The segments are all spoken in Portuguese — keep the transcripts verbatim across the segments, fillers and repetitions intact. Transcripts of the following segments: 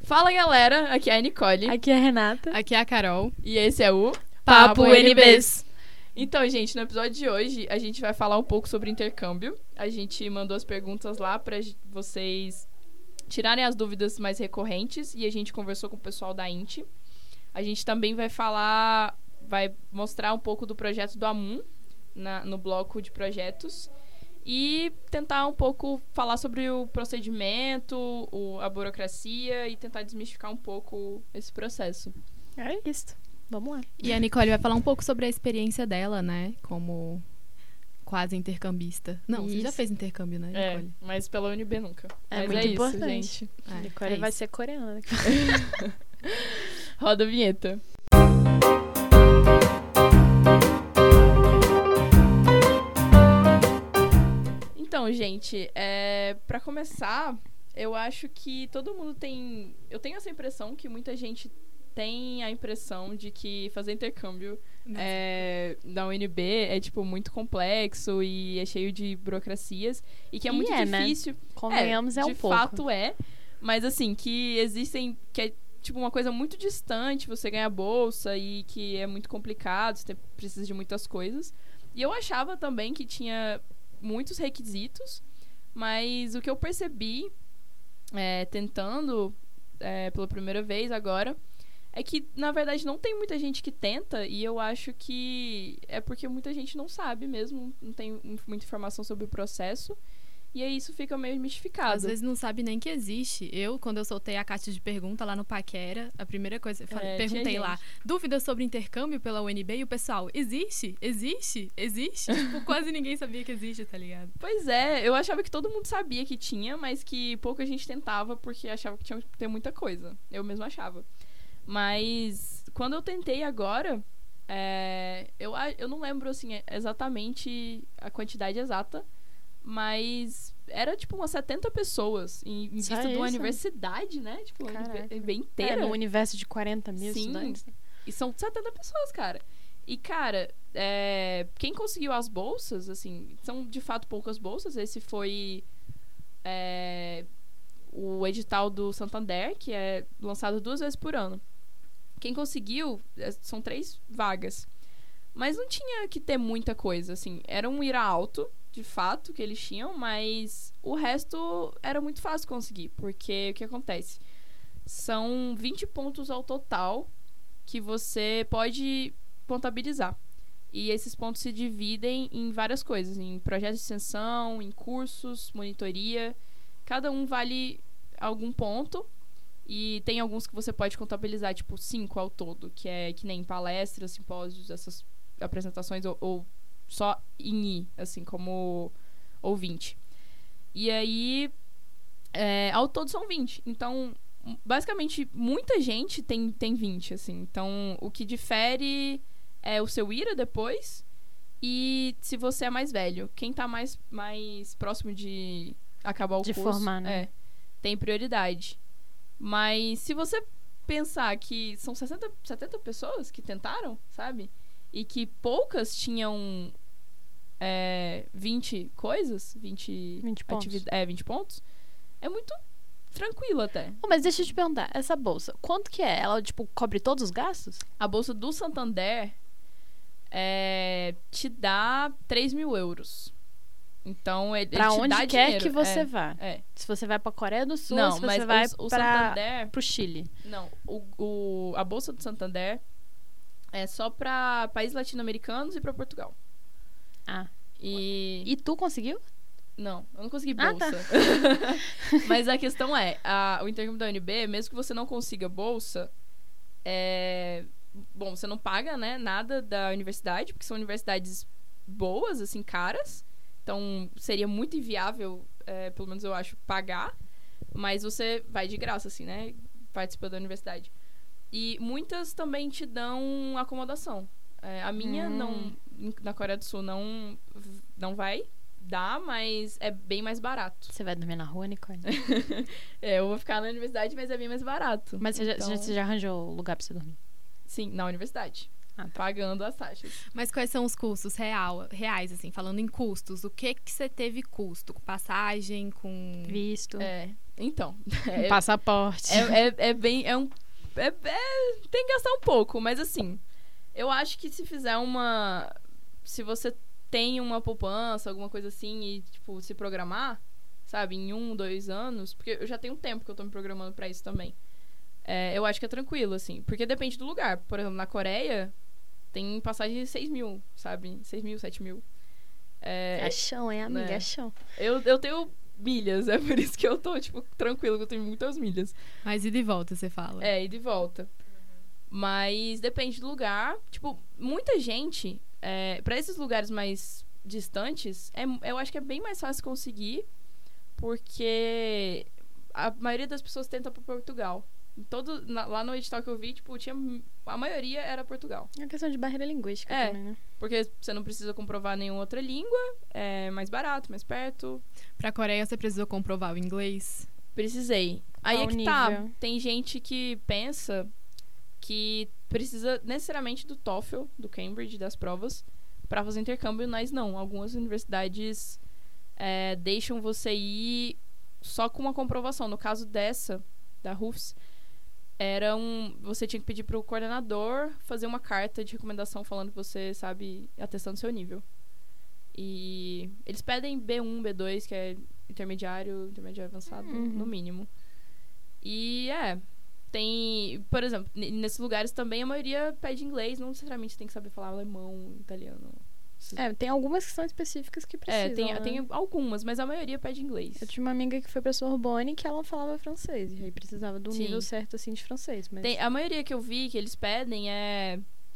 Fala, galera, aqui é a Nicole. Aqui é a Renata. Aqui é a Carol. E esse é o Papo N Bs. Então, gente, no episódio de hoje, a gente vai falar um pouco sobre intercâmbio. A gente mandou as perguntas lá pra vocês tirarem as dúvidas mais recorrentes e a gente conversou com o pessoal da I N T. A gente também vai falar, vai mostrar um pouco do projeto do Amun na, no bloco de projetos e tentar um pouco falar sobre o procedimento, o, a burocracia e tentar desmistificar um pouco esse processo. É isso. Vamos lá. E a Nicole vai falar um pouco sobre a experiência dela, né? Como quase intercambista. Não, isso. Você já fez intercâmbio, né, Nicole? É, mas pela U N B nunca. É mas muito é importante. Isso, gente. A É, Nicole é vai isso. ser coreana. Roda a vinheta. Então, gente, é, para começar, eu acho que todo mundo tem... Eu tenho essa impressão que muita gente tem a impressão de que fazer intercâmbio é, da U N B é, tipo, muito complexo e é cheio de burocracias e que é E muito é, né? difícil. Convenhamos, é, de um pouco. fato é, mas assim, que existem... que é tipo uma coisa muito distante você ganhar bolsa e que é muito complicado, você precisa de muitas coisas. E eu achava também que tinha muitos requisitos, mas o que eu percebi é, tentando é, pela primeira vez agora é que, na verdade, não tem muita gente que tenta, e eu acho que é porque muita gente não sabe mesmo, não tem muita informação sobre o processo, e aí isso fica meio mistificado. Às vezes não sabe nem que existe. Eu, quando eu soltei a caixa de pergunta lá no Paquera, a primeira coisa, eu falei, É, perguntei tinha lá, dúvidas sobre intercâmbio pela U N B? E o pessoal, existe? Existe? Existe? Tipo, quase ninguém sabia que existe, tá ligado? Pois é, eu achava que todo mundo sabia que tinha, mas que pouca gente tentava porque achava que tinha que ter muita coisa. Eu mesma achava. Mas quando eu tentei agora, é, eu, eu não lembro assim, exatamente a quantidade exata, mas era tipo umas setenta pessoas em, em Só vista de uma isso? universidade, né? Tipo, uma Caraca. universidade bem inteira. É, no universo de quarenta mil Sim. estudantes. E são setenta pessoas, cara. E, cara, é, quem conseguiu as bolsas, assim, são de fato poucas bolsas. Esse foi é, o edital do Santander, que é lançado duas vezes por ano. Quem conseguiu, é, são três vagas. Mas não tinha que ter muita coisa, assim. Era um ira alto, de fato, que eles tinham, mas o resto era muito fácil conseguir. Porque o que acontece? São vinte pontos ao total que você pode contabilizar. E esses pontos se dividem em várias coisas. Em projetos de extensão, em cursos, monitoria. Cada um vale algum ponto. E tem alguns que você pode contabilizar, tipo, cinco ao todo. Que é que nem palestras, simpósios, essas apresentações, ou, ou só em I, assim, como ouvinte. E aí, é, ao todo são vinte. Então, basicamente, muita gente tem, tem vinte, assim. Então, o que difere é o seu ira depois e se você é mais velho. Quem tá mais, mais próximo de acabar o De curso formar, né? é, tem prioridade. Mas se você pensar que são sessenta, setenta pessoas que tentaram, sabe? E que poucas tinham é, vinte coisas, vinte, vinte pontos. ativi- é, vinte pontos, é muito tranquilo até. Oh, mas deixa eu te perguntar, essa bolsa, quanto que é? Ela, tipo, cobre todos os gastos? A bolsa do Santander é, te dá três mil euros. Então, ele, Pra ele te onde dá quer dinheiro. que você é, vá. É. Se você vai pra Coreia do Sul, Não, se você mas vai o, o pra, Santander... pro Chile. Não, o, o, a bolsa do Santander é só pra países latino-americanos e pra Portugal. Ah. E... E tu conseguiu? Não, eu não consegui Ah, bolsa. tá. Mas a questão é, a, o intercâmbio da U N B, mesmo que você não consiga bolsa, é... Bom, você não paga, né, nada da universidade, porque são universidades boas, assim, caras. Então, seria muito inviável, é, pelo menos eu acho, pagar. Mas você vai de graça, assim, né, participa da universidade. E muitas também te dão acomodação. É, a minha, Hum. não, na Coreia do Sul, não, não vai dar, mas é bem mais barato. Você vai dormir na rua, Nicole? É, eu vou ficar na universidade, mas é bem mais barato. Mas você, Então, já, você já arranjou lugar pra você dormir? Sim, na universidade. Ah, tá. Pagando as taxas. Mas quais são os custos real, reais, assim, falando em custos? O que que você teve custo? Com passagem, com... Visto. É, Então. É, Passaporte. é, é, é bem. É um, é, é- tem que gastar um pouco, mas assim. Eu acho que se fizer uma. Se você tem uma poupança, alguma coisa assim, e, tipo, se programar, sabe, em um, dois anos. Porque eu já tenho um tempo que eu tô me programando pra isso também. É, eu acho que é tranquilo, assim. Porque depende do lugar. Por exemplo, na Coreia, tem passagem de seis mil, sabe? seis mil, sete mil. É, É chão, hein, amiga? né? É chão. eu, eu tenho milhas, é por isso que eu tô, tipo, tranquilo, que eu tenho muitas milhas. Mas e de volta, você fala? É, e de volta. Mas depende do lugar. Tipo, muita gente, é, para esses lugares mais distantes, é, eu acho que é bem mais fácil conseguir, porque a maioria das pessoas tenta para Portugal. Em Todo, na- lá no edital que eu vi, tipo, tinha, a maioria era Portugal. É uma questão de barreira linguística É. também, né? Porque você não precisa comprovar nenhuma outra língua, é mais barato, mais perto. Pra Coreia, você precisou comprovar o inglês? Precisei. Aí Qual é que nível? tá. Tem gente que pensa que precisa necessariamente do TOEFL, do Cambridge, das provas, pra fazer intercâmbio, mas não. Algumas universidades é, deixam você ir só com uma comprovação. No caso dessa, da Rufus, era um, você tinha que pedir pro coordenador fazer uma carta de recomendação falando que você sabe, atestando seu nível. E eles pedem B um, B dois, que é intermediário, intermediário avançado, Uhum. no mínimo. E é, tem, por exemplo, n- nesses lugares também a maioria pede inglês, não necessariamente tem que saber falar alemão, italiano. Esses- É, tem algumas que são específicas que precisam, É, tem, né? tem algumas, mas a maioria pede inglês. Eu tinha uma amiga que foi pra Sorbonne que ela falava francês. E aí precisava do Sim. nível certo, assim, de francês. Mas... Tem, a maioria que eu vi que eles pedem é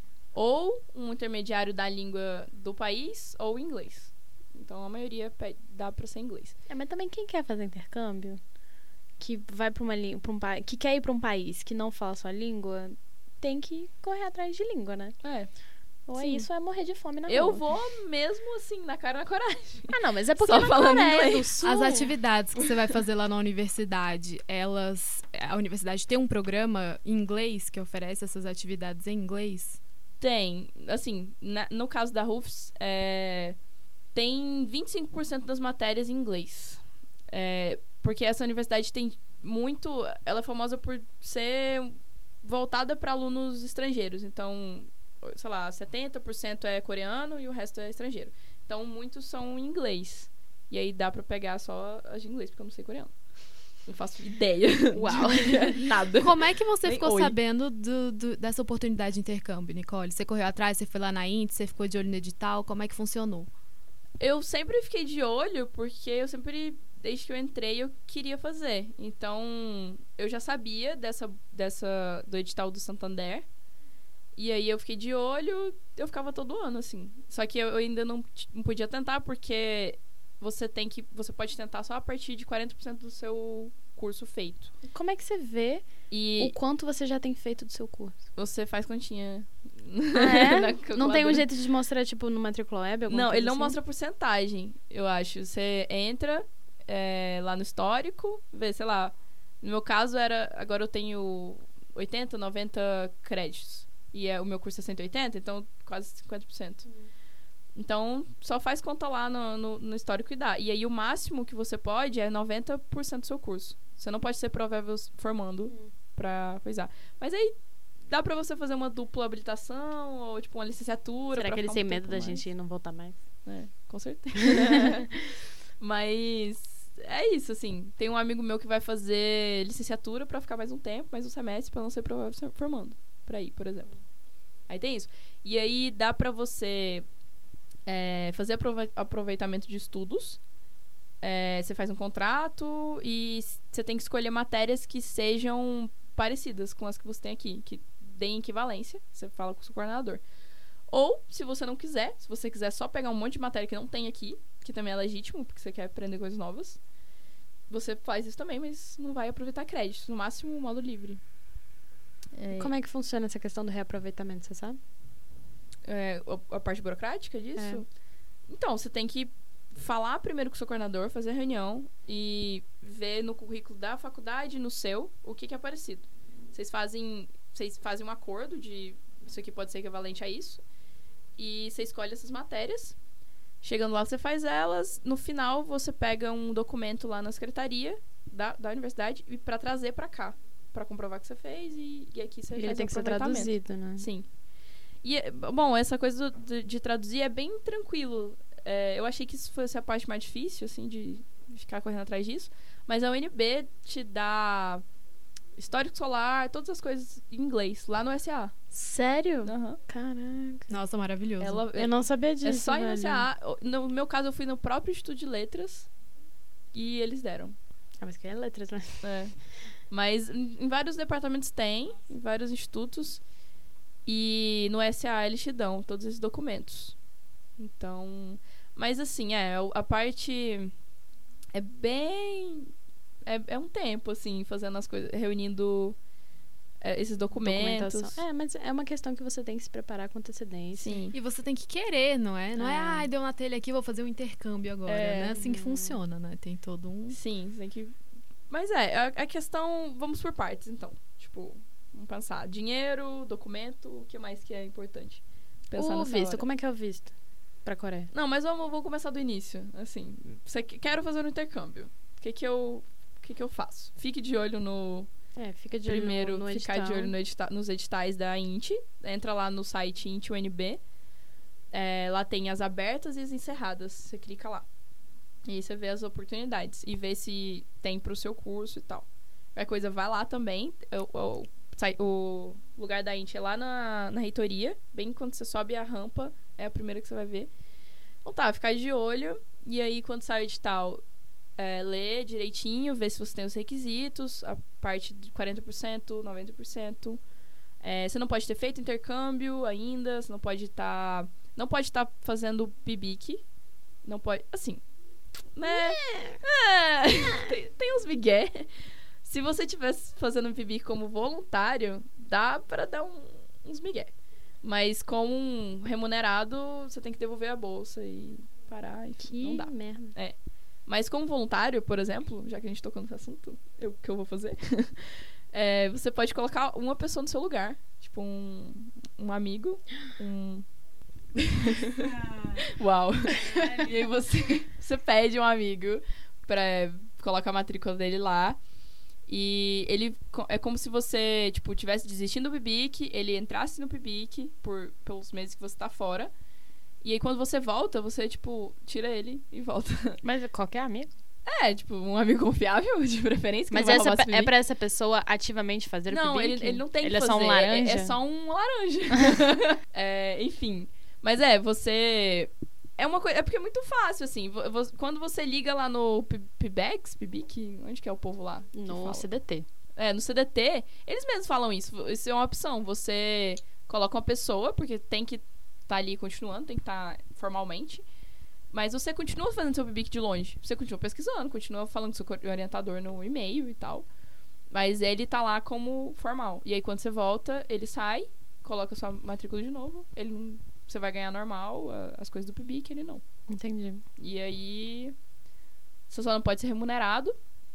ou um intermediário da língua do país ou inglês. Então a maioria pede, dá pra ser inglês. É, mas também quem quer fazer intercâmbio, que vai pra uma língua, um pa... que quer ir pra um país que não fala sua língua, tem que correr atrás de língua, né? É. Ou é Sim. isso ou é morrer de fome na Eu rua. vou mesmo assim, na cara e na coragem. Ah, não, mas é porque Só na falando Coreia do inglês. Sul... As atividades que você vai fazer lá na universidade, elas... A universidade tem um programa em inglês que oferece essas atividades em inglês? Tem, assim, na- no caso da Rufus, é, tem vinte e cinco por cento das matérias em inglês. É, porque essa universidade tem muito... Ela é famosa por ser voltada para alunos estrangeiros. Então, sei lá, setenta por cento é coreano e o resto é estrangeiro. Então, muitos são em inglês. E aí dá pra pegar só as de inglês, porque eu não sei coreano. Não faço ideia. Uau. de nada. Como é que você Nem ficou oi. sabendo do- do- dessa oportunidade de intercâmbio, Nicole? Você correu atrás, você foi lá na Indy, você ficou de olho no edital, como é que funcionou? Eu sempre fiquei de olho, porque eu sempre, desde que eu entrei, eu queria fazer. Então, eu já sabia dessa, dessa do edital do Santander. E aí eu fiquei de olho, eu ficava todo ano, assim. Só que eu, eu ainda não, t- não podia tentar, porque você tem que. Você pode tentar só a partir de quarenta por cento do seu curso feito. Como é que você vê E o quanto você já tem feito do seu curso? você faz continha. Ah, é? na Não tem um calculadora. jeito de mostrar, tipo, no Matricula Web? alguma Não, coisa ele não assim? mostra porcentagem, eu acho. Você entra é, lá no histórico, vê, sei lá. No meu caso era. Agora eu tenho oitenta, noventa créditos. E é, o meu curso é cento e oitenta, então quase cinquenta por cento. Então, só faz conta lá no, no, no histórico e dá. E aí, o máximo que você pode é noventa por cento do seu curso. Você não pode ser provável formando Hum. pra coisar. Mas aí, dá pra você fazer uma dupla habilitação ou, tipo, uma licenciatura. Será pra que eles ficar têm um medo tempo da mais. gente não voltar mais? É, com certeza. Mas é isso, assim. Tem um amigo meu que vai fazer licenciatura pra ficar mais um tempo, mais um semestre, pra não ser provável ser formando. Pra ir, por exemplo. Aí tem isso. E aí dá pra você é, fazer aprove- aproveitamento de estudos. É, você faz um contrato e s- você tem que escolher matérias que sejam parecidas com as que você tem aqui, que deem equivalência. Você fala com o seu coordenador. Ou, se você não quiser, se você quiser só pegar um monte de matéria que não tem aqui, que também é legítimo, porque você quer aprender coisas novas, você faz isso também, mas não vai aproveitar créditos. No máximo, o modo livre. É, Como é que funciona essa questão do reaproveitamento, você sabe? é, a, a parte burocrática disso? Então, você tem que falar primeiro com o seu coordenador, fazer a reunião e ver no currículo da faculdade e no seu o que, que é parecido. Vocês fazem, vocês fazem um acordo de isso aqui pode ser equivalente a isso. E você escolhe essas matérias. Chegando lá, você faz elas. No final, você pega um documento lá na secretaria da, da universidade e pra trazer pra cá. Pra comprovar que você fez e, e aqui você Ele faz tem o que ser aproveitamento. traduzido, né? Sim. E, é- bom, essa coisa do- de, de traduzir é bem tranquilo. É, eu achei que isso fosse a parte mais difícil, assim, de ficar correndo atrás disso. Mas a U N B te dá histórico solar, todas as coisas em inglês, lá no S A. Sério? Aham. Caraca. Nossa, maravilhoso. Ela, Eu não sabia disso, é só ir no velho. S A. No meu caso, eu fui no próprio Instituto de Letras e eles deram. Ah, mas que é letras, né? É. Mas em, em vários departamentos tem, em vários institutos. E no S A eles te dão todos esses documentos. Então. Mas assim, é, a parte. É bem. É, é um tempo, assim, fazendo as coisas. Reunindo é, esses documentos. Documentação. É, mas é uma questão que você tem que se preparar com antecedência. Sim. E você tem que querer, não é? Não é, É. ai, deu na telha aqui, vou fazer um intercâmbio agora. É. Não é assim que Uhum. funciona, né? Tem todo um... Sim, você tem que. Mas é, a, a questão. Vamos por partes, então. Tipo, vamos pensar. Dinheiro, documento, o que mais que é importante? Pensar O nessa visto, hora. como é que é o visto pra Coreia? Não, mas vamos, vou começar do início. Assim, você que- quero fazer um intercâmbio. O que que eu, o que que eu faço? Fique de olho no É, fica de olho primeiro, no, no ficar edital. de olho no edita- nos editais da I N T. Entra lá no site I N T U N B. É, lá tem as abertas e as encerradas. Você clica lá. E aí você vê as oportunidades e vê se tem pro seu curso e tal. Qualquer coisa, vai lá também. O, o, sai- o lugar da I N T é lá na, na reitoria. Bem quando você sobe a rampa, é a primeira que você vai ver. Então tá, ficar de olho. E aí, quando sai o edital, é, lê direitinho, vê se você tem os requisitos, a parte de quarenta por cento, noventa por cento. É, você não pode ter feito intercâmbio ainda, você não pode estar. não pode estar fazendo P B I C. Não pode. Assim. Né? É, tem, tem uns migué. Se você estivesse fazendo um P B I C como voluntário, dá pra dar um- uns migué. Mas como um remunerado, você tem que devolver a bolsa e parar, enfim, Que não dá. merda. Mas como voluntário, por exemplo, já que a gente tocou nesse assunto, eu, o que eu vou fazer? É, você pode colocar uma pessoa no seu lugar. Tipo, um, um amigo, um... Uau! E aí você, você pede um amigo pra colocar a matrícula dele lá. E ele co- é como se você, tipo, tivesse desistindo do P B I C, ele entrasse no P B I C por, pelos meses que você tá fora. E aí quando você volta, você, tipo, tira ele e volta. Mas qualquer amigo? É, tipo, um amigo confiável, de preferência, que Mas não vai essa roubar pe- seu é P B I C. pra essa pessoa ativamente fazer o Não, P B I ele, C? ele não tem Ele que é fazer. só um laranja? É, é só um laranja. É, enfim. Mas é, você... É uma coisa... É porque é muito fácil, assim. Vo- vo- Quando você liga lá no P- PBEX, P B I C, onde que é o povo lá? que No fala? C D T. É, no C D T, eles mesmos falam isso. Isso é uma opção. Você coloca uma pessoa, porque tem que estar ali continuando, tem que estar formalmente. Mas você continua fazendo seu P B I C de longe. Você continua pesquisando, continua falando com seu co- orientador no e-mail e tal. Mas ele tá lá como formal. E aí, quando você volta, ele sai, coloca sua matrícula de novo. Ele não... Você vai ganhar normal a- as coisas do P B I C, ele não. Entendi. E aí, você só não pode ser remunerado.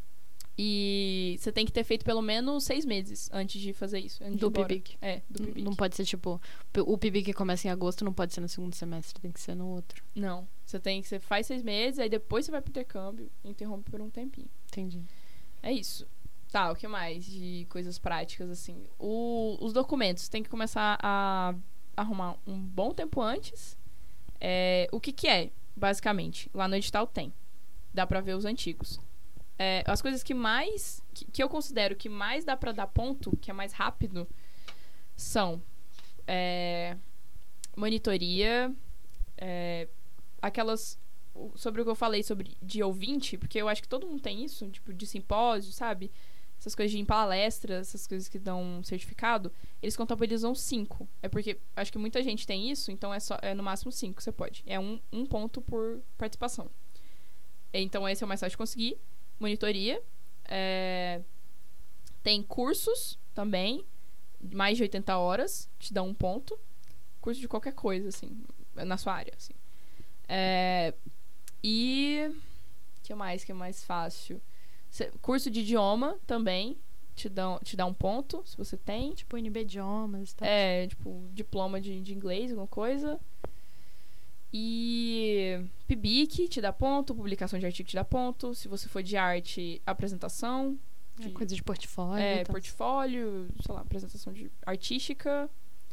E você tem que ter feito pelo menos seis meses antes de fazer isso. Antes de ir Do embora. P B I C. É, do P B I C. Não pode ser tipo. p- O P B I C que começa em agosto não pode ser no segundo semestre, tem que ser no outro. Não. Você tem que... Você faz seis meses, aí depois você vai pro intercâmbio e interrompe por um tempinho. Entendi. É isso. Tá, o que mais de coisas práticas, assim? O- os documentos, tem que começar a arrumar um bom tempo antes. É, o que que é, basicamente? Lá no edital tem. Dá pra ver os antigos. É, as coisas que mais... Que, que eu considero que mais dá pra dar ponto, que é mais rápido, são... é, monitoria... é, aquelas... o- sobre o que eu falei sobre de ouvinte, porque eu acho que todo mundo tem isso, tipo, de simpósio, sabe? Essas coisas de ir em palestra, essas coisas que dão um certificado, eles contabilizam cinco. É porque acho que muita gente tem isso, então é, só, é no máximo cinco você pode. É um, um ponto por participação. Então esse é o mais fácil de conseguir. Monitoria. é, Tem cursos também, mais de oitenta horas, te dão um ponto. Curso de qualquer coisa, assim, na sua área, assim. É, e o que mais que é mais fácil? Cê- curso de idioma também te dá, te dá um ponto, se você tem. Tipo, U N B idiomas e tal. É, tipo, diploma de, de inglês, alguma coisa. E P I B C te dá ponto, publicação de artigo te dá ponto. Se você for de arte, apresentação. É de- coisa de portfólio. É, e tal. portfólio, sei lá, apresentação de artística.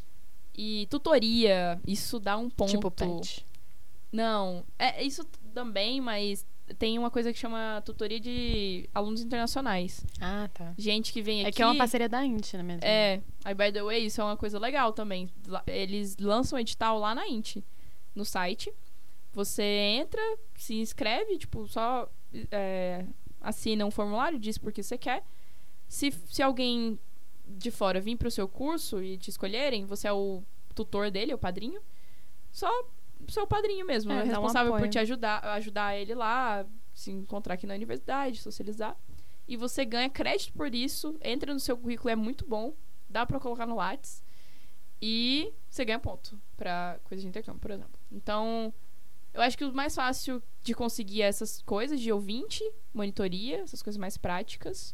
E tutoria, isso dá um ponto. Tipo pet. Não, é isso também, mas tem uma coisa que chama tutoria de alunos internacionais. Ah, tá. Gente que vem aqui... É que é uma parceria da Int, né, mesmo? É, aí, by the way, isso é uma coisa legal também. Lá- Eles lançam edital lá na Int, no site. Você entra, se inscreve, tipo, só é, assina um formulário, diz por que você quer. Se, se alguém de fora vir pro seu curso e te escolherem, você é o tutor dele, é o padrinho. Só seu padrinho mesmo, É, é dá um responsável por apoio. te ajudar, ajudar ele lá, se encontrar aqui na universidade, socializar. E você ganha crédito por isso, entra no seu currículo, é muito bom, dá pra colocar no Lattes. E você ganha ponto pra coisa de intercâmbio, por exemplo. Então, eu acho que o mais fácil de conseguir essas coisas de ouvinte, monitoria, essas coisas mais práticas.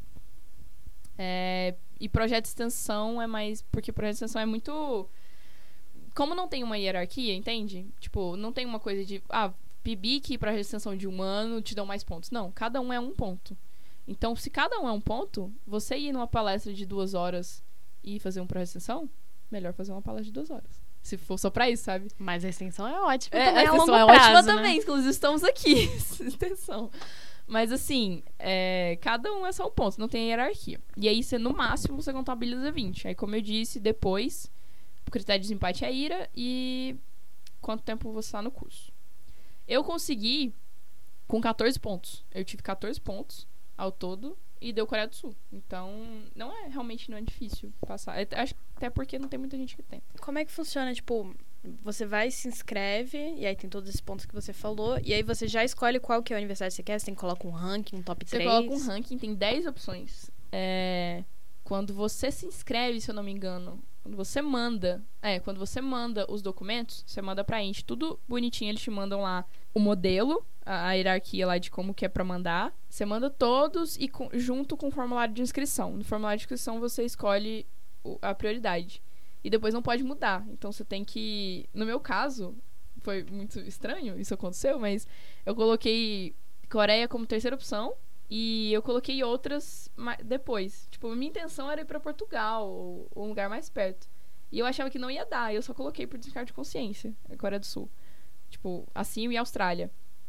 É, e projeto de extensão é mais... Porque projeto de extensão é muito... Como não tem uma hierarquia, entende? Tipo, não tem uma coisa de... Ah, P I B C e projeto de extensão de um ano te dão mais pontos. Não, cada um é um ponto. Então, se cada um é um ponto, você ir numa palestra de duas horas e fazer um projeto de extensão, melhor fazer uma palestra de duas horas. Se for só pra isso, sabe? Mas a extensão é ótima É, também a a longo extensão é prazo, ótima né? também, inclusive estamos aqui. Extensão. Mas assim, é, cada um é só um ponto, não tem hierarquia. E aí, você, no máximo, você contabiliza vinte. Aí, como eu disse, depois, o critério de desempate é a ira e quanto tempo você está no curso. Eu consegui com catorze pontos. Eu tive catorze pontos ao todo e deu Coreia do Sul. Então, não é, realmente não é difícil passar. Eu acho que até porque não tem muita gente que tem. Como é que funciona? Tipo, você vai, se inscreve, e aí tem todos esses pontos que você falou, e aí você já escolhe qual que é a universidade que você quer, você tem que colocar um ranking, um top Você três. coloca um ranking, tem dez opções. É, quando você se inscreve, se eu não me engano, quando você manda... É, quando você manda os documentos, você manda pra Int, tudo bonitinho, eles te mandam lá o modelo, a, a hierarquia lá de como que é pra mandar. Você manda todos e com- junto com o formulário de inscrição. No formulário de inscrição, você escolhe o- a prioridade. E depois não pode mudar. Então, você tem que... No meu caso, foi muito estranho isso aconteceu, mas eu coloquei Coreia como terceira opção e eu coloquei outras ma- depois. Tipo, a minha intenção era ir pra Portugal ou, ou um lugar mais perto. E eu achava que não ia dar. E eu só coloquei por descargo de consciência a Coreia do Sul. Tipo, assim e Austrália.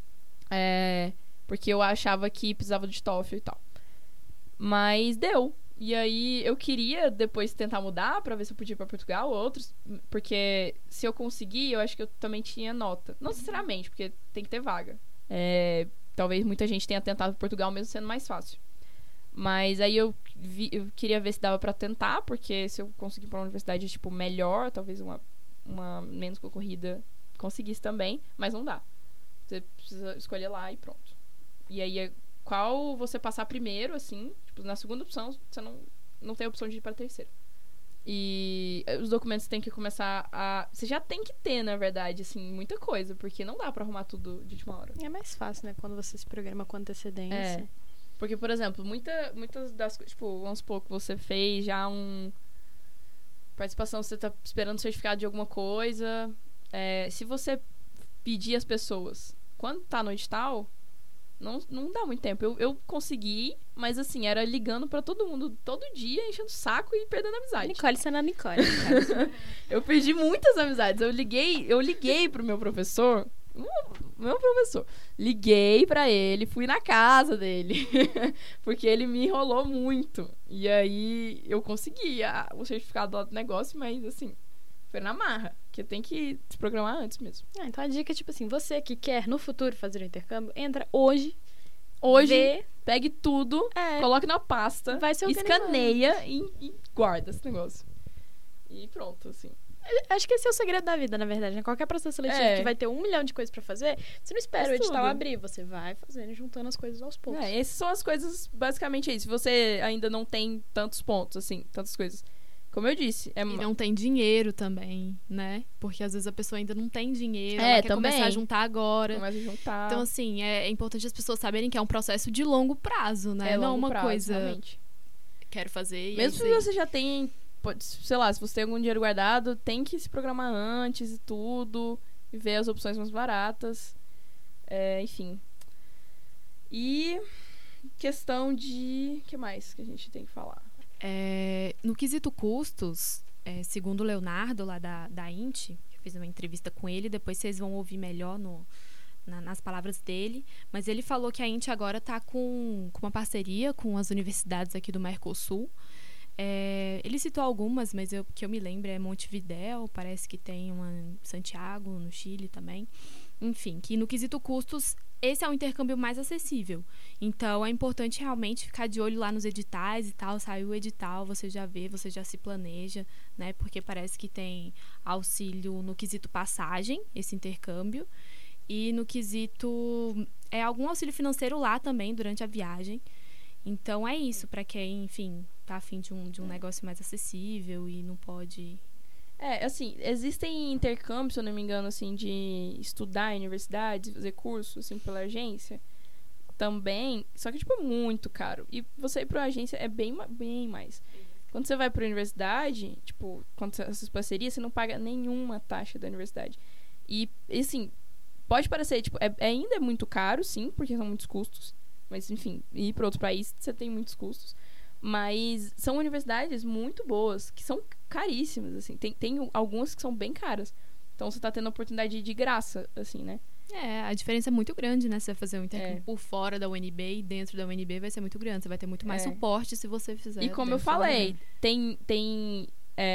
É, porque eu achava que precisava de TOEFL e tal. Mas deu. E aí eu queria depois tentar mudar pra ver se eu podia ir pra Portugal ou outros. Porque se eu conseguir, eu acho que eu também tinha nota. Não sinceramente, porque tem que ter vaga. É, talvez muita gente tenha tentado Portugal mesmo sendo mais fácil. Mas aí eu, vi- eu queria ver se dava pra tentar, porque se eu conseguir pra uma universidade tipo melhor, talvez uma, uma menos concorrida conseguisse também, mas não dá. Você precisa escolher lá e pronto. E aí é qual você passar primeiro, assim, tipo, na segunda opção, você não, não tem a opção de ir pra terceira. E os documentos têm que começar a... Você já tem que ter, na verdade, assim, muita coisa, porque não dá pra arrumar tudo de última hora. É mais fácil, né? Quando você se programa com antecedência. É. Porque, por exemplo, muita, muitas das coisas... Tipo, vamos supor que você fez já um... Participação, você tá esperando certificado de alguma coisa. É, se você pedir às pessoas, quando tá no edital, não, não dá muito tempo. Eu, eu consegui, mas assim, era ligando pra todo mundo todo dia, enchendo o saco e perdendo a amizade. Nicole sendo a Nicole, cara. Eu perdi muitas amizades. Eu liguei, eu liguei pro meu professor, o meu professor. Liguei pra ele, fui na casa dele, porque ele me enrolou muito. E aí eu consegui a, o certificado lá do negócio, mas assim, foi na marra, porque tem que se programar antes mesmo. Ah, então a dica é tipo assim, você que quer no futuro fazer o intercâmbio, entra hoje, Hoje, vê, pegue tudo, é, coloque na pasta, vai se organizando. escaneia e, e guarda esse negócio. E pronto, assim. Acho que esse é o segredo da vida, na verdade, né? Qualquer processo seletivo É. que vai ter um milhão de coisas pra fazer, você não espera Faz o edital tudo. abrir, você vai fazendo e juntando as coisas aos poucos. É, essas são as coisas, basicamente é isso. Se você ainda não tem tantos pontos, assim, tantas coisas. Como eu disse, é... E não tem dinheiro também, né? Porque às vezes a pessoa ainda não tem dinheiro, É, ela quer também. começar a juntar agora. Começa a juntar. Então, assim, é, é importante as pessoas saberem que é um processo de longo prazo, né? é não longo uma prazo, coisa, realmente. quero fazer e Mesmo é se isso aí. você já tem, pode- sei lá, se você tem algum dinheiro guardado, tem que se programar antes e tudo. ver as opções mais baratas. É, enfim. E questão de... O que mais que a gente tem que falar? É, no quesito custos, é, segundo o Leonardo, lá da, da I N T, eu fiz uma entrevista com ele, depois vocês vão ouvir melhor no, na, nas palavras dele, mas ele falou que a I N T agora está com, com uma parceria com as universidades aqui do Mercosul. É, ele citou algumas, mas o que eu me lembro é Montevidéu, parece que tem uma em Santiago, no Chile também. Enfim, que no quesito custos, esse é o intercâmbio mais acessível. Então, é importante realmente ficar de olho lá nos editais e tal. Saiu o edital, você já vê, você já se planeja, né? Porque parece que tem auxílio no quesito passagem, esse intercâmbio. E no quesito... É algum auxílio financeiro lá também, durante a viagem. Então, é isso, para quem, enfim, tá afim de um, de um negócio mais acessível e não pode... É, assim, existem intercâmbios, se eu não me engano, assim, de estudar em universidades, fazer curso, assim, pela agência. Também, só que, tipo, é muito caro. E você ir pra uma agência é bem, bem mais. Quando você vai pra universidade, tipo, quando você, essas parcerias, você não paga nenhuma taxa da universidade. E, assim, pode parecer, tipo, é, é ainda é muito caro, sim, porque são muitos custos. Mas, enfim, ir pra outro país, você tem muitos custos. Mas são universidades muito boas, que são caríssimas, assim. Tem, tem algumas que são bem caras. Então, você tá tendo a oportunidade de graça, assim, né? É, a diferença é muito grande, né? Se você vai fazer um intercâmbio É. por fora da U N B e dentro da U N B vai ser muito grande. Você vai ter muito mais É. suporte se você fizer. E como eu dentro da falei, U N B. tem, tem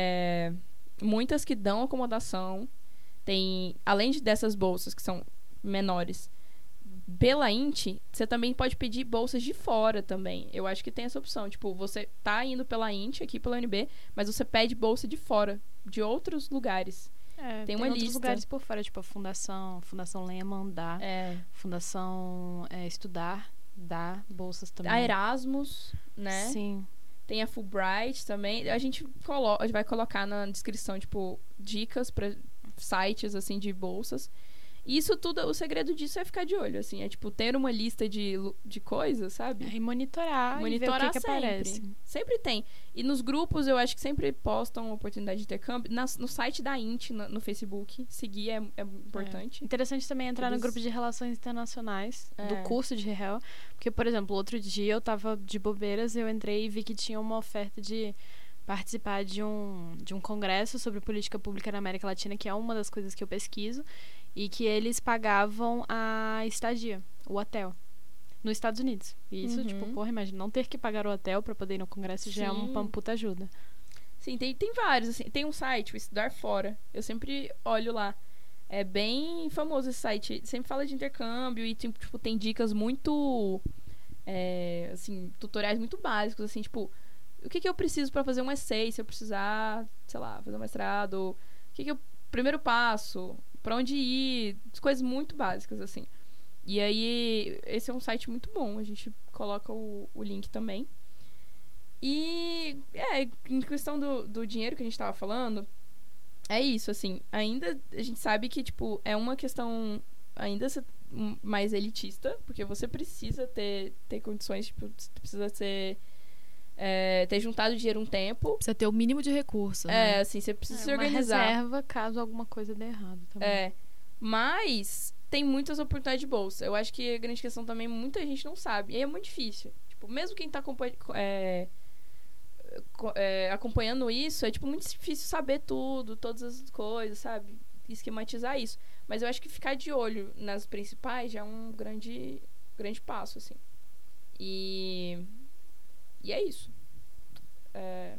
é, muitas que dão acomodação. Tem, além de dessas bolsas que são menores, pela I N T, você também pode pedir bolsas de fora também. Eu acho que tem essa opção. Tipo, você tá indo pela I N T aqui pela U N B, mas você pede bolsa de fora, de outros lugares. É, Tem uma outros lista. lugares por fora, tipo a Fundação, Fundação Lehman dá, É, Fundação é, Estudar dá bolsas também. a Erasmus, né? Sim. Tem a Fulbright também. A gente colo- a gente vai colocar na descrição, tipo, dicas para sites, assim, de bolsas. E isso tudo, o segredo disso é ficar de olho, assim. É, tipo, ter uma lista de, lu- de coisas, sabe? É, e monitorar, Monitorar e ver o que, que sempre. aparece. Sempre tem. E nos grupos, eu acho que sempre postam oportunidade de intercâmbio. Nas- no site da I N T, no, no Facebook, seguir é, é importante. É. Interessante também entrar Eles- no grupo de relações internacionais É. do curso de Real. Porque, por exemplo, outro dia eu tava de bobeiras, eu entrei e vi que tinha uma oferta de participar de um, de um congresso sobre política pública na América Latina, que é uma das coisas que eu pesquiso, e que eles pagavam a estadia, o hotel, nos Estados Unidos. E isso, Uhum. tipo, porra, imagina, não ter que pagar o hotel pra poder ir no congresso já é Sim. uma puta ajuda. Sim, tem, tem vários, assim. Tem um site, o Estudar Fora. Eu sempre olho lá. É bem famoso esse site. Sempre fala de intercâmbio e, tipo, tem dicas muito... é, assim, tutoriais muito básicos, assim, tipo... O que que eu preciso pra fazer um essay? Se eu precisar, sei lá, fazer um mestrado? O que que eu... Primeiro passo? Pra onde ir? Coisas muito básicas, assim. E aí, esse é um site muito bom. A gente coloca o, o link também. E, é, em questão do, do dinheiro que a gente tava falando, é isso, assim. Ainda a gente sabe que, tipo, é uma questão ainda se- um- mais elitista, porque você precisa ter, ter condições, tipo, você precisa ser... é, ter juntado dinheiro um tempo. Precisa ter o mínimo de recurso, É, né? assim, você precisa É, se uma organizar. reserva caso alguma coisa dê errado também. É. Mas tem muitas oportunidades de bolsa. Eu acho que a grande questão também, muita gente não sabe. E aí é muito difícil. Tipo, mesmo quem tá acompanha- é, co- é, acompanhando isso, é tipo muito difícil saber tudo, todas as coisas, sabe? Esquematizar isso. Mas eu acho que ficar de olho nas principais já é um grande, grande passo, assim. E. E é isso. É...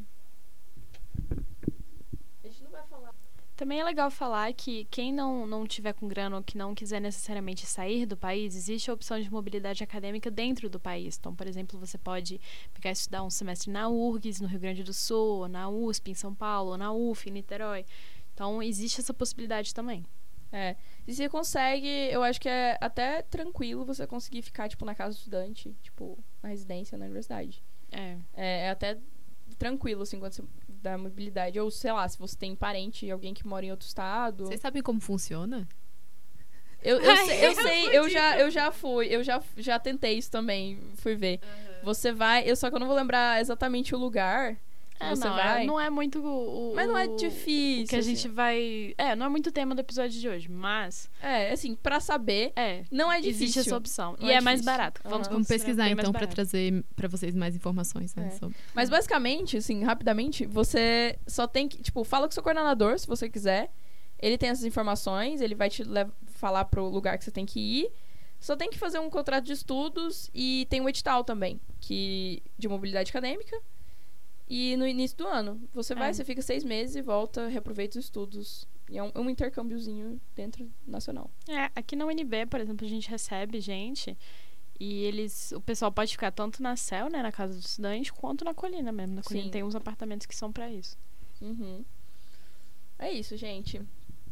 A gente não vai falar. Também é legal falar que quem não, não tiver com grana ou que não quiser necessariamente sair do país, existe a opção de mobilidade acadêmica dentro do país. Então, por exemplo, você pode pegar e estudar um semestre na U R G S, no Rio Grande do Sul, ou na U S P, em São Paulo, ou na U F, em Niterói. Então, existe essa possibilidade também. É. E você consegue, eu acho que é até tranquilo você conseguir ficar, tipo, na casa do estudante, tipo, na residência, na universidade. É. É, é até tranquilo, assim, quando você dá mobilidade. Ou, sei lá, se você tem parente, alguém que mora em outro estado. Vocês sabem como funciona? Eu, eu, Ai, sei, eu eu sei, fui eu já, eu já fui, eu já, já tentei isso também, fui ver. Você vai, eu só que eu não vou lembrar exatamente o lugar. É, você não, vai. É, não é muito o, o- Mas não é o difícil. que a assim. gente vai... É, não é muito o tema do episódio de hoje, mas... É, assim, pra saber, É, não é difícil. existe essa opção. Não e é é, mais difícil. barato. Vamos, Aham. Vamos pesquisar bem mais então pra barato. trazer pra vocês mais informações, né, É. sobre. Mas basicamente, assim, rapidamente, você só tem que, tipo, fala com o seu coordenador, se você quiser. Ele tem essas informações, ele vai te lev- falar pro lugar que você tem que ir. Só tem que fazer um contrato de estudos e tem um edital também, que de mobilidade acadêmica. E no início do ano, você vai, É. você fica seis meses e volta, reaproveita os estudos. E é um, um intercâmbiozinho dentro nacional. É, aqui na U N B, por exemplo, a gente recebe gente e eles, o pessoal pode ficar tanto na C E L, né, na casa do estudante, quanto na colina mesmo. Na colina Sim. tem uns apartamentos que são pra isso. Uhum. É isso, gente.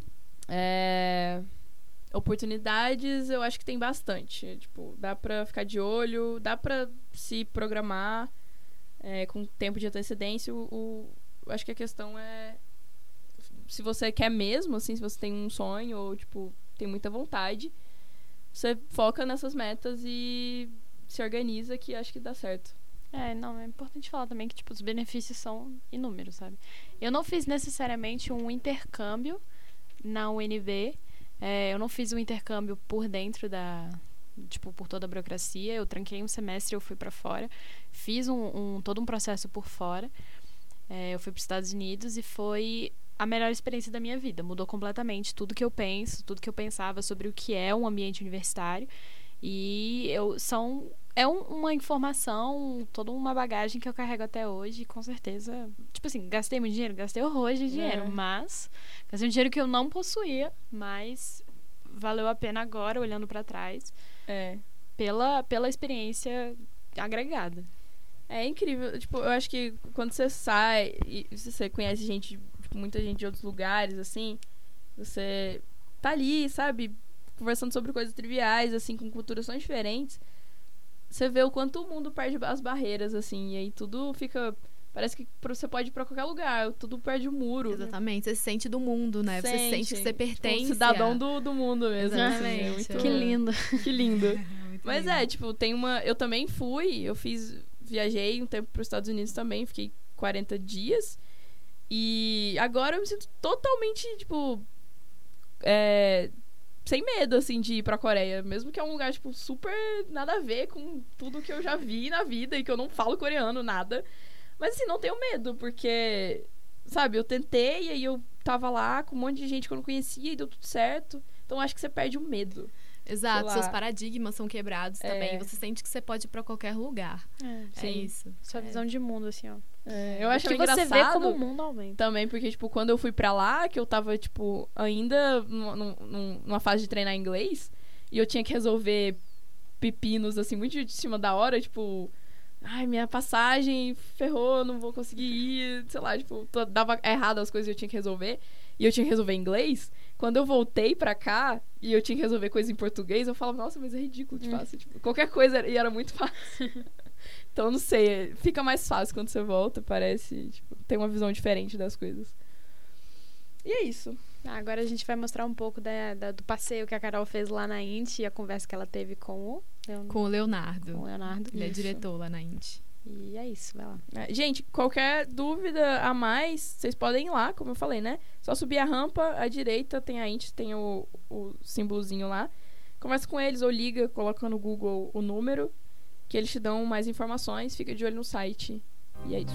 É... Oportunidades, eu acho que tem bastante. Tipo, dá pra ficar de olho, dá pra se programar é, com tempo de antecedência. O, o- eu acho que a questão é se você quer mesmo, assim, se você tem um sonho ou, tipo, tem muita vontade, você foca nessas metas e se organiza que acho que dá certo. É, não, é importante falar também que, tipo, os benefícios são inúmeros, sabe? Eu não fiz necessariamente um intercâmbio na U N B, é, eu não fiz um intercâmbio por dentro da... Tipo, por toda a burocracia, eu tranquei um semestre, eu fui pra fora, fiz um, um- todo um processo por fora, é, eu fui pros Estados Unidos e foi a melhor experiência da minha vida, mudou completamente tudo que eu penso, tudo que eu pensava sobre o que é um ambiente universitário, e eu são é um- uma informação, toda uma bagagem que eu carrego até hoje, e com certeza, tipo assim, gastei muito dinheiro, gastei horrores de dinheiro, É. mas gastei um dinheiro que eu não possuía, mas valeu a pena agora, olhando pra trás, É. pela, pela experiência agregada. É incrível. Tipo, eu acho que quando você sai e você conhece gente, tipo, muita gente de outros lugares, assim, você tá ali, sabe, conversando sobre coisas triviais, assim, com culturas tão diferentes, você vê o quanto o mundo perde as barreiras, assim, e aí tudo fica... Parece que você pode ir pra qualquer lugar, tudo perde o muro. Exatamente, você se sente do mundo, né? Você sente que você pertence. Tipo, um cidadão a- do, do mundo mesmo. Exatamente. Assim, é muito... Que Que lindo. Que lindo. Muito Mas lindo. é, tipo, tem uma... Eu também fui, eu fiz... Viajei um tempo pros Estados Unidos também, fiquei quarenta dias. E agora eu me sinto totalmente, tipo... É, sem medo, assim, de ir pra Coreia. Mesmo que é um lugar, tipo, super nada a ver com tudo que eu já vi na vida e que eu não falo coreano, nada. Mas, assim, não tenho medo, porque... Sabe, eu tentei e aí eu tava lá com um monte de gente que eu não conhecia e deu tudo certo. Então, acho que você perde o medo. Exato, sei seus lá. paradigmas são quebrados É. também. Você sente que você pode ir pra qualquer lugar. É, É Sim. isso. sua É. visão de mundo, assim, ó. É, eu acho que engraçado... você vê como o mundo aumenta. Também, porque, tipo, quando eu fui pra lá, que eu tava, tipo, ainda numa, num- numa fase de treinar inglês, e eu tinha que resolver pepinos, assim, muito de cima da hora, tipo... Ai, minha passagem ferrou, não vou conseguir ir, sei lá, tipo, to- dava errado as coisas que eu tinha que resolver, e eu tinha que resolver em inglês. Quando eu voltei pra cá, e eu tinha que resolver coisa em português, eu falava, nossa, mas é ridículo de fácil. Tipo, qualquer coisa, era- e era muito fácil. Então, não sei, fica mais fácil quando você volta, parece, tipo, tem uma visão diferente das coisas. E é isso. Ah, agora a gente vai mostrar um pouco da, da- do passeio que a Carol fez lá na Inti e a conversa que ela teve com o, Leon- Com o Leonardo. com o Leonardo. Ele é Isso. diretor lá na Inti. E é isso, vai lá. É, gente, qualquer dúvida a mais, vocês podem ir lá, como eu falei, né? Só subir a rampa, à direita tem a Int, tem o, o símbolozinho lá. Conversa com eles ou liga, coloca no Google o número, que eles te dão mais informações. Fica de olho no site. E é isso.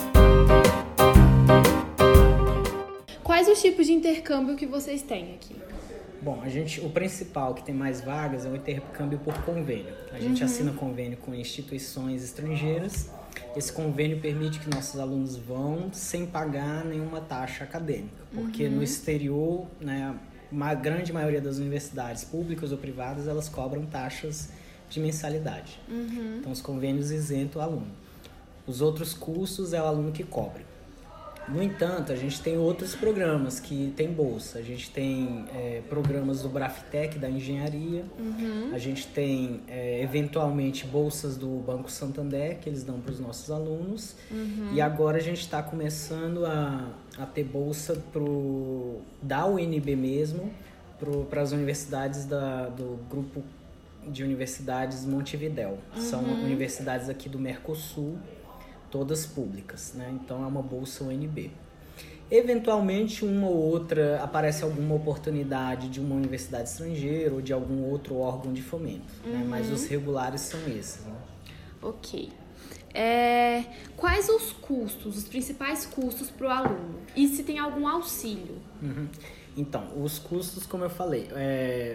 Quais os tipos de intercâmbio que vocês têm aqui? Bom, a gente, o principal que tem mais vagas é o intercâmbio por convênio. A gente assina convênio com instituições estrangeiras. Esse convênio permite que nossos alunos vão sem pagar nenhuma taxa acadêmica, porque no exterior, né, a grande maioria das universidades públicas ou privadas, elas cobram taxas de mensalidade. Então, os convênios isentam o aluno. Os outros custos é o aluno que cobre. No entanto, a gente tem outros programas que tem bolsa. A gente tem é, programas do Braftec, da engenharia. A gente tem, é, eventualmente, bolsas do Banco Santander, que eles dão para os nossos alunos. E agora a gente está começando a, a ter bolsa pro, da U N B mesmo, para as universidades da, do grupo de universidades Montevidéu. São universidades aqui do Mercosul. todas públicas, né? Então é uma bolsa U N B. Eventualmente, uma ou outra, aparece alguma oportunidade de uma universidade estrangeira ou de algum outro órgão de fomento, uhum. né? Mas os regulares são esses, né? Ok. É, quais os custos, os principais custos para o aluno? E se tem algum auxílio? Uhum. Então, os custos, como eu falei, é,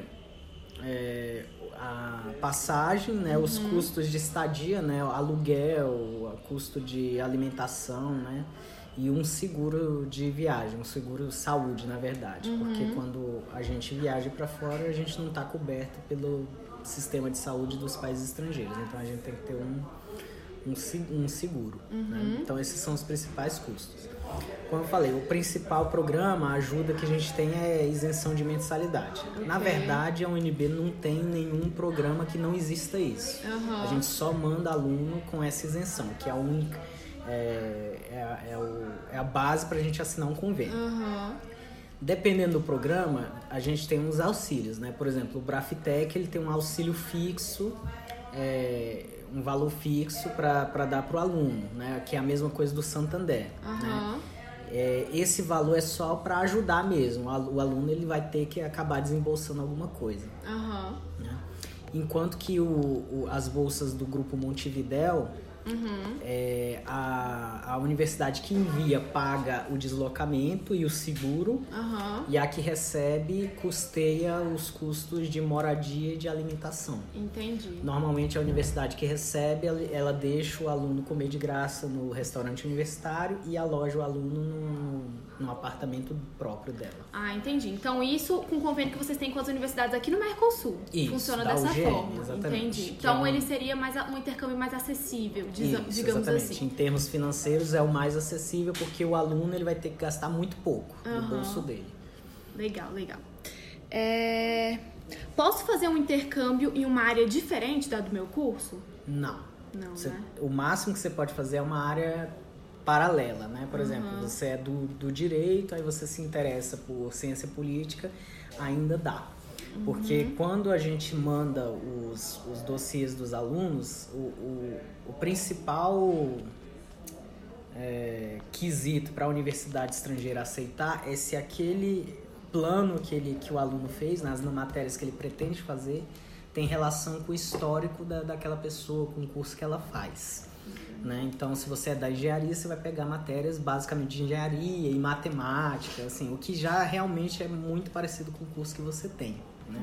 é, a passagem, né? Uhum. Os custos de estadia, né? O aluguel, o custo de alimentação, né? E um seguro de viagem, um seguro saúde, na verdade. Uhum. Porque quando a gente viaja para fora, a gente não está coberto pelo sistema de saúde dos países estrangeiros. Então, a gente tem que ter um, um, um seguro. Uhum. Né? Então, esses são os principais custos. Como eu falei, o principal programa, a ajuda que a gente tem é isenção de mensalidade. Okay. Na verdade, a U N B não tem nenhum programa que não exista isso. Uhum. A gente só manda aluno com essa isenção, que é a única... É, é, é, o, é a base para a gente assinar um convênio. Uhum. Dependendo do programa, a gente tem uns auxílios, né? Por exemplo, o Braftec, ele tem um auxílio fixo, é, um valor fixo para dar para o aluno, né? Que é a mesma coisa do Santander. Uhum. Né? É, esse valor é só para ajudar mesmo. O aluno ele vai ter que acabar desembolsando alguma coisa. Uhum. Né? Enquanto que o, o, as bolsas do Grupo Montevidéu, Uhum. É, a, a universidade que envia paga o deslocamento e o seguro, uhum. e a que recebe custeia os custos de moradia e de alimentação. Entendi. Normalmente a universidade que recebe, ela, ela deixa o aluno comer de graça no restaurante universitário e aloja o aluno no, no apartamento próprio dela. Ah, entendi. Então isso com o convênio que vocês têm com as universidades aqui no Mercosul. Isso, funciona da dessa U G M, forma. Exatamente. Entendi. Então é um... ele seria mais, um intercâmbio mais acessível. Isso, digamos exatamente. Assim. Em termos financeiros é o mais acessível porque o aluno ele vai ter que gastar muito pouco uhum. no bolso dele. Legal, legal. É... Posso fazer um intercâmbio em uma área diferente da do meu curso? Não. Não, você, né? O máximo que você pode fazer é uma área paralela, né? Por uhum. exemplo, você é do, do direito, aí você se interessa por ciência política, ainda dá. Porque uhum. quando a gente manda os, os dossiês dos alunos, o, o, o principal é, quesito para a universidade estrangeira aceitar é se aquele plano que, ele, que o aluno fez, nas matérias que ele pretende fazer, tem relação com o histórico da, daquela pessoa, com o curso que ela faz. Uhum. Né? Então, se você é da engenharia, você vai pegar matérias basicamente de engenharia e matemática, assim, o que já realmente é muito parecido com o curso que você tem. Né?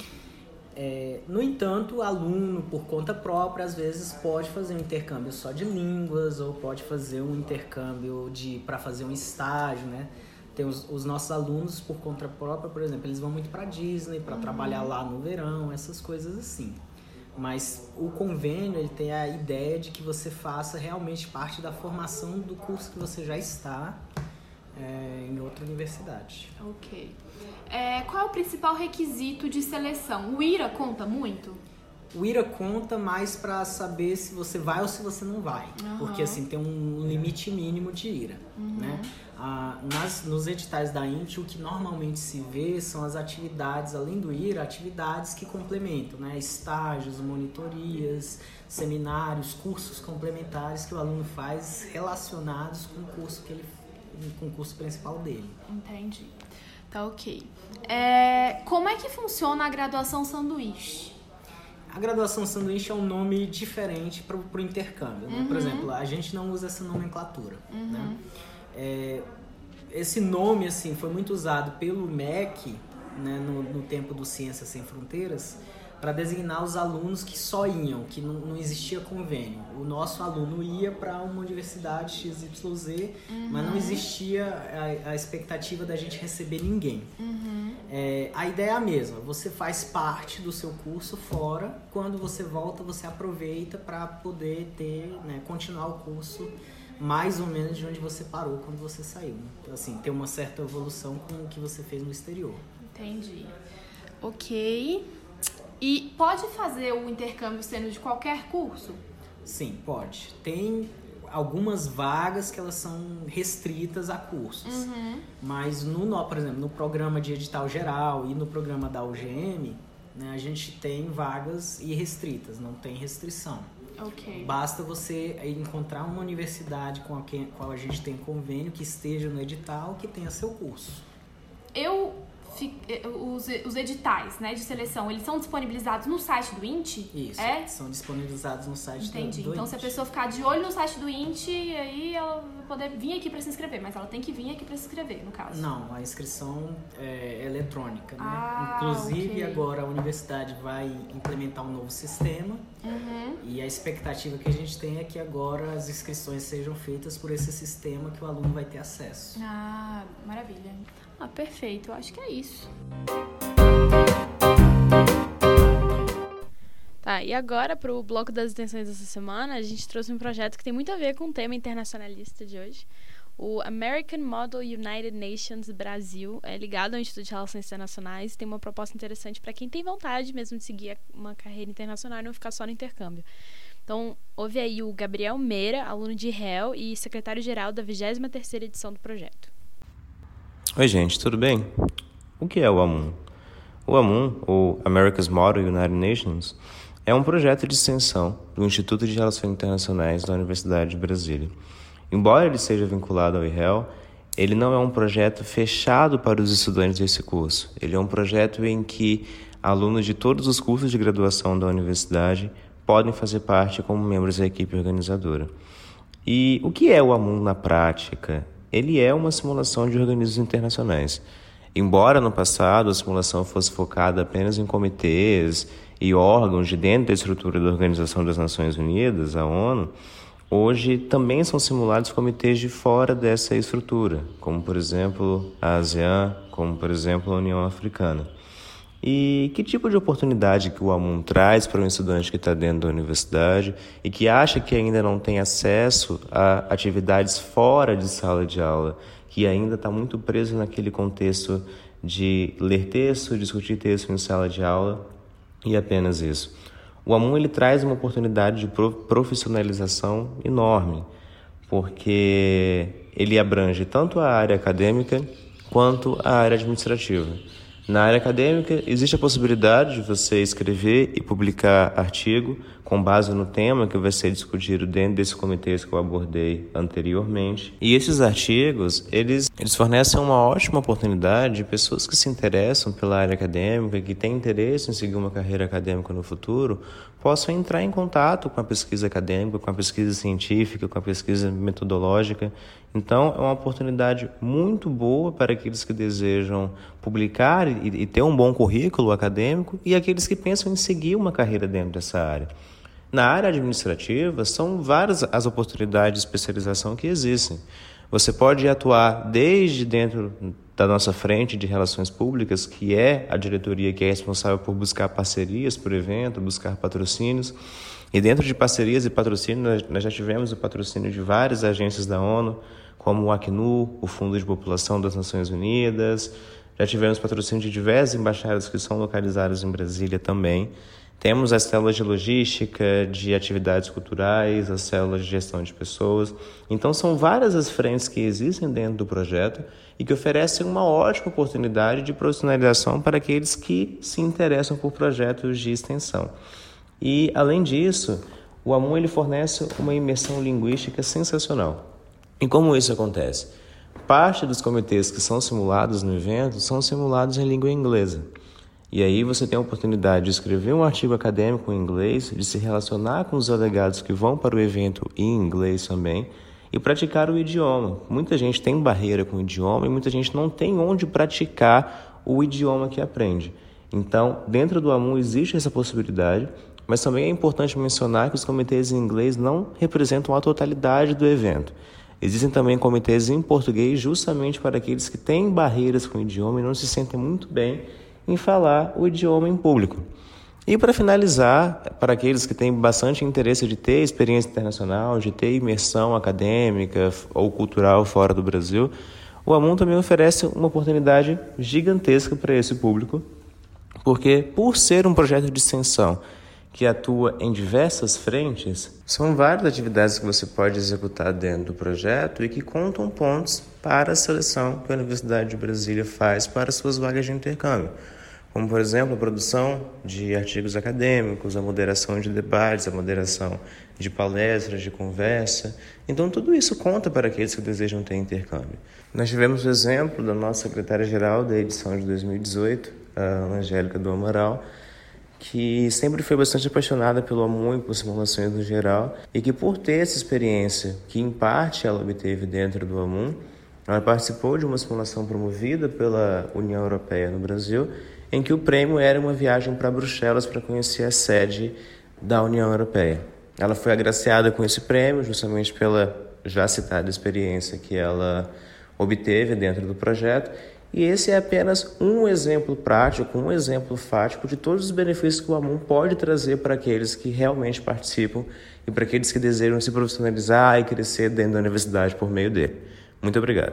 É, no entanto, o aluno, por conta própria, às vezes pode fazer um intercâmbio só de línguas ou pode fazer um intercâmbio de, para fazer um estágio, né? Tem os, os nossos alunos, por conta própria, por exemplo, eles vão muito para Disney, para uhum. trabalhar lá no verão, essas coisas assim. Mas o convênio, ele tem a ideia de que você faça realmente parte da formação do curso que você já está é, em outra universidade. Ok. É, qual é o principal requisito de seleção? O I R A conta muito? O I R A conta mais para saber se você vai ou se você não vai. Uhum. Porque assim, tem um limite mínimo de I R A. Uhum. Né? Ah, nas, nos editais da I N T, o que normalmente se vê são as atividades, além do I R A, atividades que complementam, né? Estágios, monitorias, seminários, cursos complementares que o aluno faz relacionados com o curso, que ele, com o curso principal dele. Entendi. Tá ok. É, como é que funciona a graduação sanduíche? A graduação sanduíche é um nome diferente para o intercâmbio. Né? Uhum. Por exemplo, a gente não usa essa nomenclatura. Uhum. Né? É, esse nome assim, foi muito usado pelo M E C, né, no, no tempo do Ciências Sem Fronteiras, para designar os alunos que só iam, que não, não existia convênio. O nosso aluno ia para uma universidade X Y Z, uhum. mas não existia a, a expectativa da gente receber ninguém. Uhum. É, a ideia é a mesma, você faz parte do seu curso fora, quando você volta você aproveita para poder ter, né, continuar o curso mais ou menos de onde você parou quando você saiu. Então, assim, ter uma certa evolução com o que você fez no exterior. Entendi. Ok. E pode fazer o intercâmbio sendo de qualquer curso? Sim, pode. Tem algumas vagas que elas são restritas a cursos. Uhum. Mas, no, por exemplo, no programa de edital geral e no programa da U G M, né, a gente tem vagas irrestritas, não tem restrição. Ok. Basta você encontrar uma universidade com a qual a gente tem convênio, que esteja no edital, que tenha seu curso. Eu... Os, os editais, né, de seleção, eles são disponibilizados no site do I N T? Isso, é? são disponibilizados no site Entendi. do, do então, I N T. se a pessoa ficar de olho no site do I N T, aí ela vai poder vir aqui para se inscrever, mas ela tem que vir aqui para se inscrever, no caso. Não, a inscrição é eletrônica, né? Ah, Inclusive, okay. agora a universidade vai implementar um novo sistema, uhum. e a expectativa que a gente tem é que agora as inscrições sejam feitas por esse sistema que o aluno vai ter acesso. Ah, maravilha. Ah, perfeito. Eu acho que é isso. Tá, e agora, para o bloco das extensões dessa semana, a gente trouxe um projeto que tem muito a ver com o tema internacionalista de hoje. O American Model United Nations Brasil é ligado ao Instituto de Relações Internacionais e tem uma proposta interessante para quem tem vontade mesmo de seguir uma carreira internacional e não ficar só no intercâmbio. Então, houve aí o Gabriel Meira, aluno de R E L e secretário-geral da vigésima terceira edição do projeto. Oi, gente, tudo bem? O que é o AMUN? O AMUN, ou America's Model United Nations, é um projeto de extensão do Instituto de Relações Internacionais da Universidade de Brasília. Embora ele seja vinculado ao I R E L, ele não é um projeto fechado para os estudantes desse curso. Ele é um projeto em que alunos de todos os cursos de graduação da universidade podem fazer parte como membros da equipe organizadora. E o que é o AMUN na prática? Ele é uma simulação de organismos internacionais. Embora no passado a simulação fosse focada apenas em comitês e órgãos de dentro da estrutura da Organização das Nações Unidas, a ONU, hoje também são simulados comitês de fora dessa estrutura, como por exemplo a ASEAN, como por exemplo a União Africana. E que tipo de oportunidade que o AMUN traz para um estudante que está dentro da universidade e que acha que ainda não tem acesso a atividades fora de sala de aula, que ainda está muito preso naquele contexto de ler texto, discutir texto em sala de aula e apenas isso. O AMUN ele traz uma oportunidade de profissionalização enorme, porque ele abrange tanto a área acadêmica quanto a área administrativa. Na área acadêmica, existe a possibilidade de você escrever e publicar artigo com base no tema que vai ser discutido dentro desse comitê que eu abordei anteriormente. E esses artigos, eles, eles fornecem uma ótima oportunidade de pessoas que se interessam pela área acadêmica, que têm interesse em seguir uma carreira acadêmica no futuro, possam entrar em contato com a pesquisa acadêmica, com a pesquisa científica, com a pesquisa metodológica. Então, é uma oportunidade muito boa para aqueles que desejam publicar e, e ter um bom currículo acadêmico e aqueles que pensam em seguir uma carreira dentro dessa área. Na área administrativa, são várias as oportunidades de especialização que existem. Você pode atuar desde dentro da nossa frente de relações públicas, que é a diretoria que é responsável por buscar parcerias por evento, buscar patrocínios. E dentro de parcerias e patrocínios, nós já tivemos o patrocínio de várias agências da ONU, como o ACNUR, o Fundo de População das Nações Unidas. Já tivemos patrocínio de diversas embaixadas que são localizadas em Brasília também. Temos as células de logística, de atividades culturais, as células de gestão de pessoas. Então, são várias as frentes que existem dentro do projeto e que oferecem uma ótima oportunidade de profissionalização para aqueles que se interessam por projetos de extensão. E, além disso, o AMUN ele fornece uma imersão linguística sensacional. E como isso acontece? Parte dos comitês que são simulados no evento são simulados em língua inglesa. E aí você tem a oportunidade de escrever um artigo acadêmico em inglês, de se relacionar com os delegados que vão para o evento em inglês também e praticar o idioma. Muita gente tem barreira com o idioma e muita gente não tem onde praticar o idioma que aprende. Então, dentro do AMUN existe essa possibilidade, mas também é importante mencionar que os comitês em inglês não representam a totalidade do evento. Existem também comitês em português justamente para aqueles que têm barreiras com o idioma e não se sentem muito bem em falar o idioma em público. E para finalizar, para aqueles que têm bastante interesse de ter experiência internacional, de ter imersão acadêmica ou cultural fora do Brasil, o AMUN também oferece uma oportunidade gigantesca para esse público, porque por ser um projeto de extensão que atua em diversas frentes, são várias atividades que você pode executar dentro do projeto e que contam pontos para a seleção que a Universidade de Brasília faz para suas vagas de intercâmbio, como, por exemplo, a produção de artigos acadêmicos, a moderação de debates, a moderação de palestras, de conversa. Então, tudo isso conta para aqueles que desejam ter intercâmbio. Nós tivemos o exemplo da nossa secretária-geral da edição de dois mil e dezoito, a Angélica do Amaral, que sempre foi bastante apaixonada pelo AMUN e por simulações no geral, e que por ter essa experiência, que em parte ela obteve dentro do AMUN, ela participou de uma simulação promovida pela União Europeia no Brasil, em que o prêmio era uma viagem para Bruxelas para conhecer a sede da União Europeia. Ela foi agraciada com esse prêmio justamente pela já citada experiência que ela obteve dentro do projeto, e esse é apenas um exemplo prático, um exemplo fático de todos os benefícios que o AMUN pode trazer para aqueles que realmente participam e para aqueles que desejam se profissionalizar e crescer dentro da universidade por meio dele. Muito obrigado.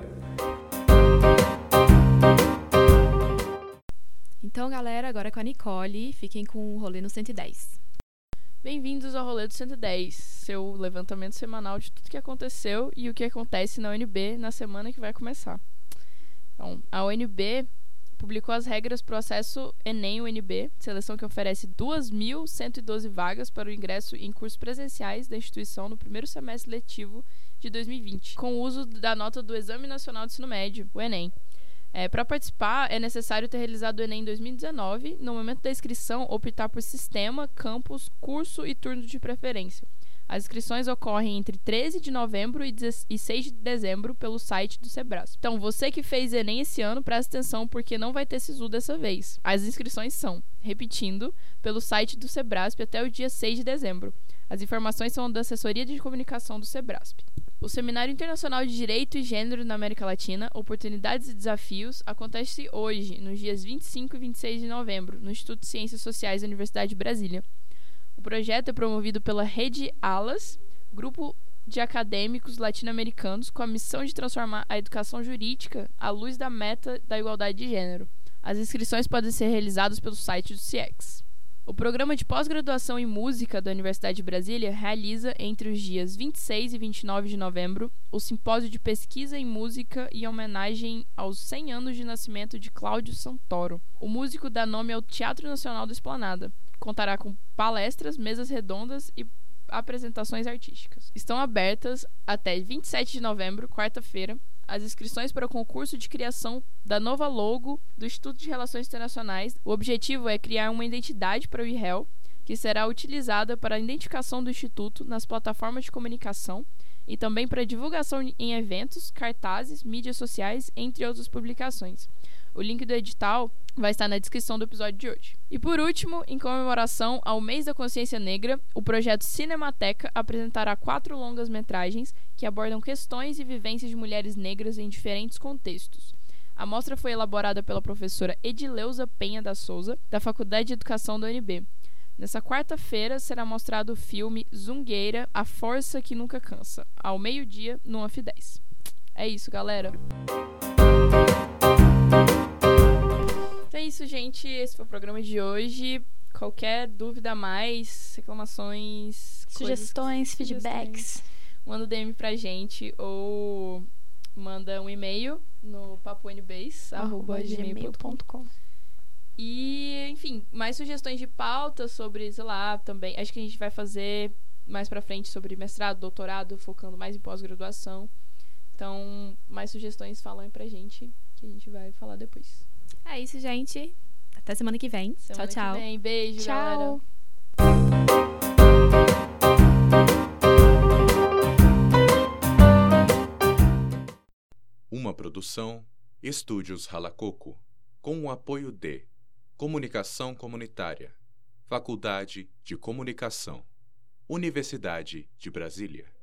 Então, galera, agora é com a Nicole. Fiquem com o Rolê no cento e dez. Bem-vindos ao Rolê do cento e dez, seu levantamento semanal de tudo que aconteceu e o que acontece na U N B na semana que vai começar. Então, a U N B publicou as regras para o acesso Enem U N B, seleção que oferece duas mil cento e doze vagas para o ingresso em cursos presenciais da instituição no primeiro semestre letivo de dois mil e vinte, com o uso da nota do Exame Nacional de Ensino Médio, o Enem. É, para participar, é necessário ter realizado o Enem em dois mil e dezenove, no momento da inscrição, optar por sistema, campus, curso e turno de preferência. As inscrições ocorrem entre treze de novembro e seis de dezembro pelo site do Sebrasp. Então, você que fez Enem esse ano, presta atenção porque não vai ter SISU dessa vez. As inscrições são, repetindo, pelo site do Sebrasp até o dia seis de dezembro. As informações são da Assessoria de Comunicação do Sebrasp. O Seminário Internacional de Direito e Gênero na América Latina, Oportunidades e Desafios, acontece hoje, nos dias vinte e cinco e vinte e seis de novembro, no Instituto de Ciências Sociais da Universidade de Brasília. O projeto é promovido pela Rede Alas, grupo de acadêmicos latino-americanos com a missão de transformar a educação jurídica à luz da meta da igualdade de gênero. As inscrições podem ser realizadas pelo site do CIEX. O programa de pós-graduação em música da Universidade de Brasília realiza, entre os dias vinte e seis e vinte e nove de novembro, o simpósio de pesquisa em música em homenagem aos cem anos de nascimento de Cláudio Santoro. O músico dá nome ao Teatro Nacional da Esplanada. Contará com palestras, mesas redondas e apresentações artísticas. Estão abertas até vinte e sete de novembro, quarta-feira, as inscrições para o concurso de criação da nova logo do Instituto de Relações Internacionais. O objetivo é criar uma identidade para o I R E L, que será utilizada para a identificação do Instituto nas plataformas de comunicação e também para divulgação em eventos, cartazes, mídias sociais, entre outras publicações. O link do edital vai estar na descrição do episódio de hoje. E por último, em comemoração ao Mês da Consciência Negra, o projeto Cinemateca apresentará quatro longas-metragens que abordam questões e vivências de mulheres negras em diferentes contextos. A mostra foi elaborada pela professora Edileuza Penha da Souza, da Faculdade de Educação da U N B. Nessa quarta-feira será mostrado o filme Zungueira, A Força que Nunca Cansa, ao meio-dia no Anfi dez. É isso, galera. Então é isso, gente. Esse foi o programa de hoje. Qualquer dúvida a mais, reclamações, Sugestões, coisas, feedbacks. Sugestões, manda um D M pra gente ou manda um e-mail no papoNBase, arroba gmail ponto com. E, enfim, mais sugestões de pauta sobre, sei lá, também. Acho que a gente vai fazer mais pra frente sobre mestrado, doutorado, focando mais em pós-graduação. Então, mais sugestões, falam aí pra gente, que a gente vai falar depois. É isso, gente. Até semana que vem. Semana tchau, tchau. Que vem. Beijo, Tchau. galera. Uma produção Estúdios Ralacoco, com o apoio de Comunicação Comunitária, Faculdade de Comunicação, Universidade de Brasília.